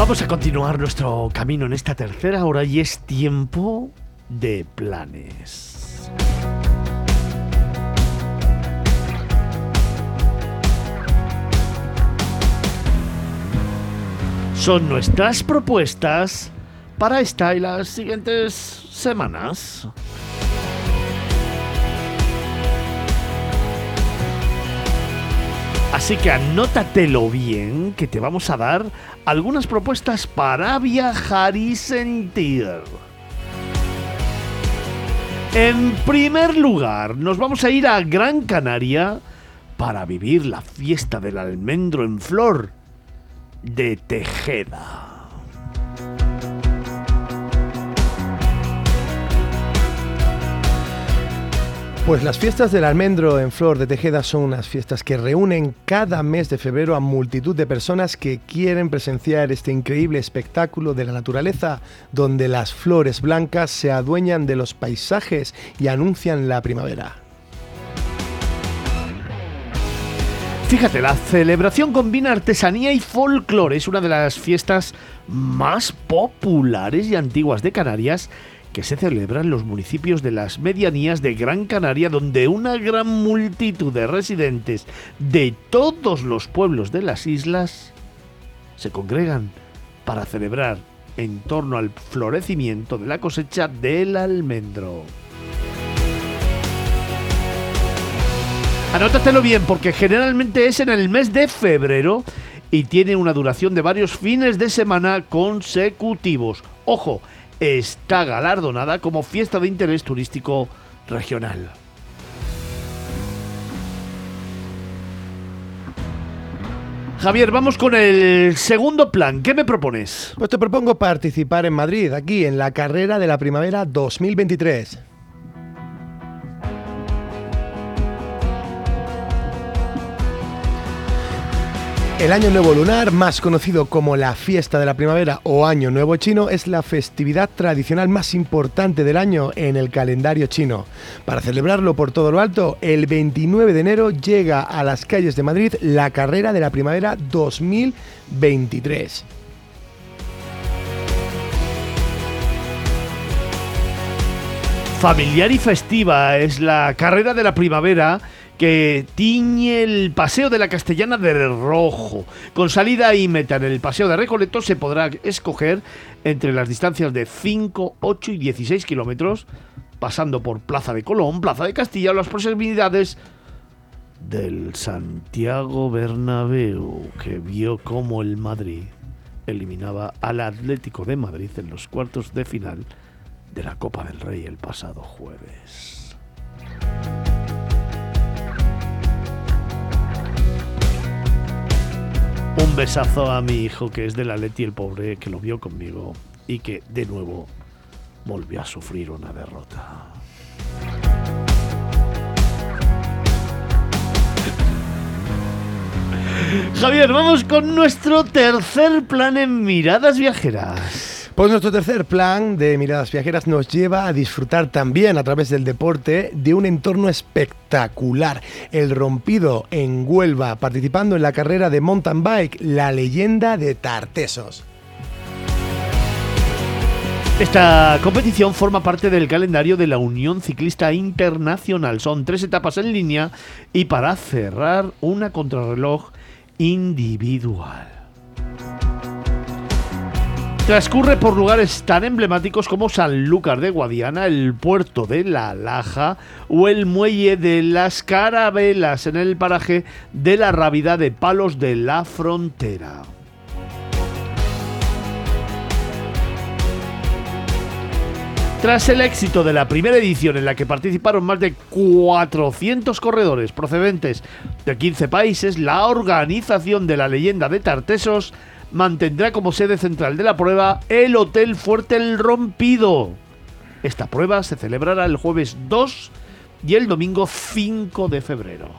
Vamos a continuar nuestro camino en esta tercera hora y es tiempo de planes. Son nuestras propuestas para esta y las siguientes semanas. Así que anótatelo bien, que te vamos a dar algunas propuestas para viajar y sentir. En primer lugar, nos vamos a ir a Gran Canaria para vivir la fiesta del almendro en flor de Tejeda. Pues las fiestas del almendro en flor de Tejeda son unas fiestas que reúnen cada mes de febrero a multitud de personas que quieren presenciar este increíble espectáculo de la naturaleza, donde las flores blancas se adueñan de los paisajes y anuncian la primavera. Fíjate, la celebración combina artesanía y folclore. Es una de las fiestas más populares y antiguas de Canarias, que se celebra en los municipios de las medianías de Gran Canaria, donde una gran multitud de residentes de todos los pueblos de las islas se congregan para celebrar en torno al florecimiento de la cosecha del almendro. Anótatelo bien, porque generalmente es en el mes de febrero y tiene una duración de varios fines de semana consecutivos. ¡Ojo! Está galardonada como fiesta de interés turístico regional. Javier, vamos con el segundo plan. ¿Qué me propones? Pues te propongo participar en Madrid, aquí en la Carrera de la Primavera 2023. El Año Nuevo Lunar, más conocido como la Fiesta de la Primavera o Año Nuevo Chino, es la festividad tradicional más importante del año en el calendario chino. Para celebrarlo por todo lo alto, el 29 de enero llega a las calles de Madrid la Carrera de la Primavera 2023. Familiar y festiva es la Carrera de la Primavera, que tiñe el Paseo de la Castellana de rojo. Con salida y meta en el Paseo de Recoleto se podrá escoger entre las distancias de 5, 8 y 16 kilómetros, pasando por Plaza de Colón, Plaza de Castilla o las proximidades del Santiago Bernabéu, que vio cómo el Madrid eliminaba al Atlético de Madrid en los cuartos de final de la Copa del Rey el pasado jueves. Un besazo a mi hijo, que es del Atleti, el pobre, que lo vio conmigo y que de nuevo volvió a sufrir una derrota. Javier, vamos con nuestro tercer plan en Miradas Viajeras. Pues nuestro tercer plan de Miradas Viajeras nos lleva a disfrutar también a través del deporte de un entorno espectacular. El Rompido en Huelva, participando en la carrera de mountain bike, la leyenda de Tartesos. Esta competición forma parte del calendario de la Unión Ciclista Internacional. Son 3 etapas en línea y para cerrar una contrarreloj individual. Transcurre por lugares tan emblemáticos como Sanlúcar de Guadiana, el puerto de La Laja o el muelle de las Carabelas en el paraje de la Rábida de Palos de la Frontera. Tras el éxito de la primera edición, en la que participaron más de 400 corredores procedentes de 15 países, la organización de la leyenda de Tartesos mantendrá como sede central de la prueba el Hotel Fuerte El Rompido. Esta prueba se celebrará el jueves 2 y el domingo 5 de febrero.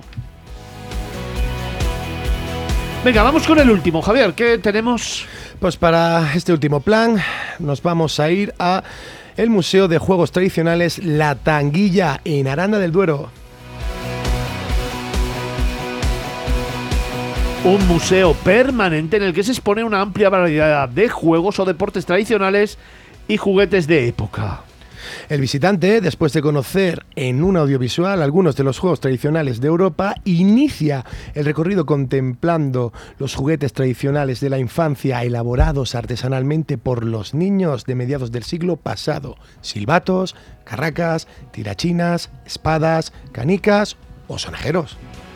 Venga, vamos con el último. Javier, ¿qué tenemos? Pues para este último plan nos vamos a ir a el Museo de Juegos Tradicionales La Tanguilla en Aranda del Duero. Un museo permanente en el que se expone una amplia variedad de juegos o deportes tradicionales y juguetes de época. El visitante, después de conocer en un audiovisual algunos de los juegos tradicionales de Europa, inicia el recorrido contemplando los juguetes tradicionales de la infancia elaborados artesanalmente por los niños de mediados del siglo pasado. Silbatos, carracas, tirachinas, espadas, canicas o sonajeros.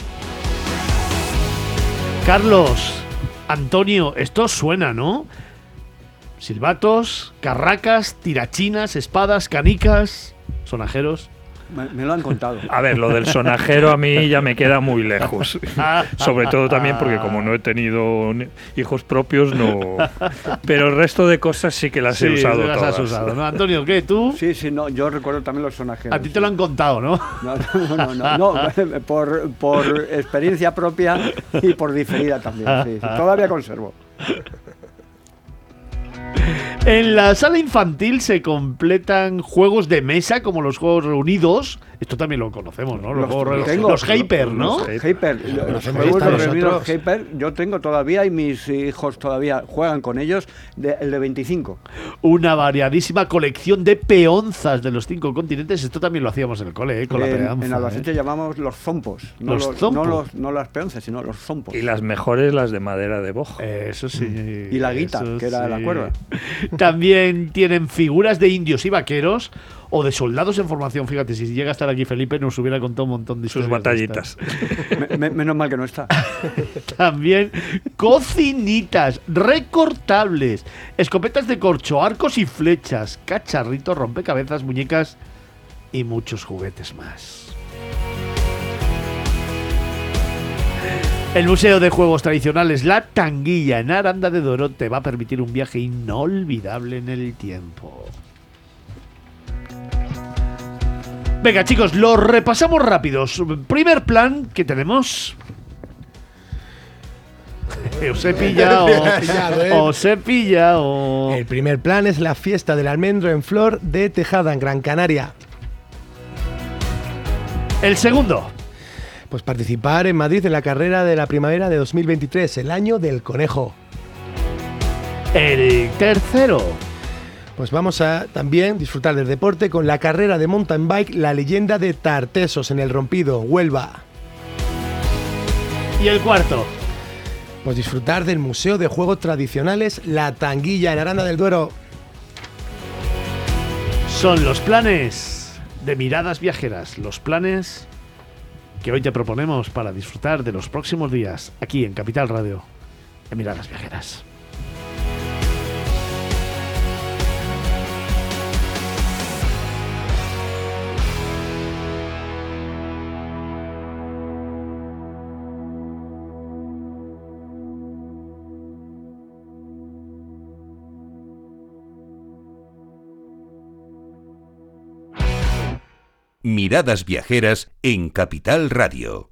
Carlos, Antonio, esto suena, ¿no? Silbatos, carracas, tirachinas, espadas, canicas, sonajeros. Me lo han contado. A ver, lo del sonajero a mí ya me queda muy lejos. Sobre todo también porque como no he tenido hijos propios, no. Pero el resto de cosas sí que las he usado las todas. has usado, ¿no? Antonio, ¿qué? ¿Tú? Sí, no, yo recuerdo también los sonajeros. A ti te lo han contado, ¿no? No, por experiencia propia y por diferida también. Sí, todavía conservo. En la sala infantil se completan juegos de mesa como los juegos reunidos. Esto también lo conocemos, ¿no? Los Hyper, ¿no? Hyper. Los juegos reunidos Hyper, yo tengo todavía y mis hijos todavía juegan con ellos, el de 25. Una variadísima colección de peonzas de los 5 continentes. Esto también lo hacíamos en el cole, con la peonza. En Albacete llamamos los zompos. No las peonzas, sino los zompos. Y las mejores, las de madera de boj. Eso sí. Y la guita, que era la cuerda. También tienen figuras de indios y vaqueros o de soldados en formación. Fíjate, si llega a estar aquí Felipe nos hubiera contado un montón de sus batallitas. Menos mal que no está. También cocinitas recortables, escopetas de corcho, arcos y flechas, cacharritos, rompecabezas, muñecas y muchos juguetes más. El Museo de Juegos Tradicionales La Tanguilla en Aranda de Duero te va a permitir un viaje inolvidable en el tiempo. Venga, chicos, lo repasamos rápidos. Primer plan que tenemos. Os he pillado. El primer plan es la fiesta del almendro en flor de Tejada, en Gran Canaria. El segundo. Pues participar en Madrid en la carrera de la primavera de 2023, el año del conejo. El tercero. Pues vamos a también disfrutar del deporte con la carrera de mountain bike La Leyenda de Tartesos en el Rompido, Huelva. Y el cuarto. Pues disfrutar del Museo de Juegos Tradicionales La Tanguilla en Aranda del Duero. Son los planes de Miradas Viajeras, los planes que hoy te proponemos para disfrutar de los próximos días aquí en Capital Radio, en Miradas Viajeras. Miradas Viajeras en Capital Radio.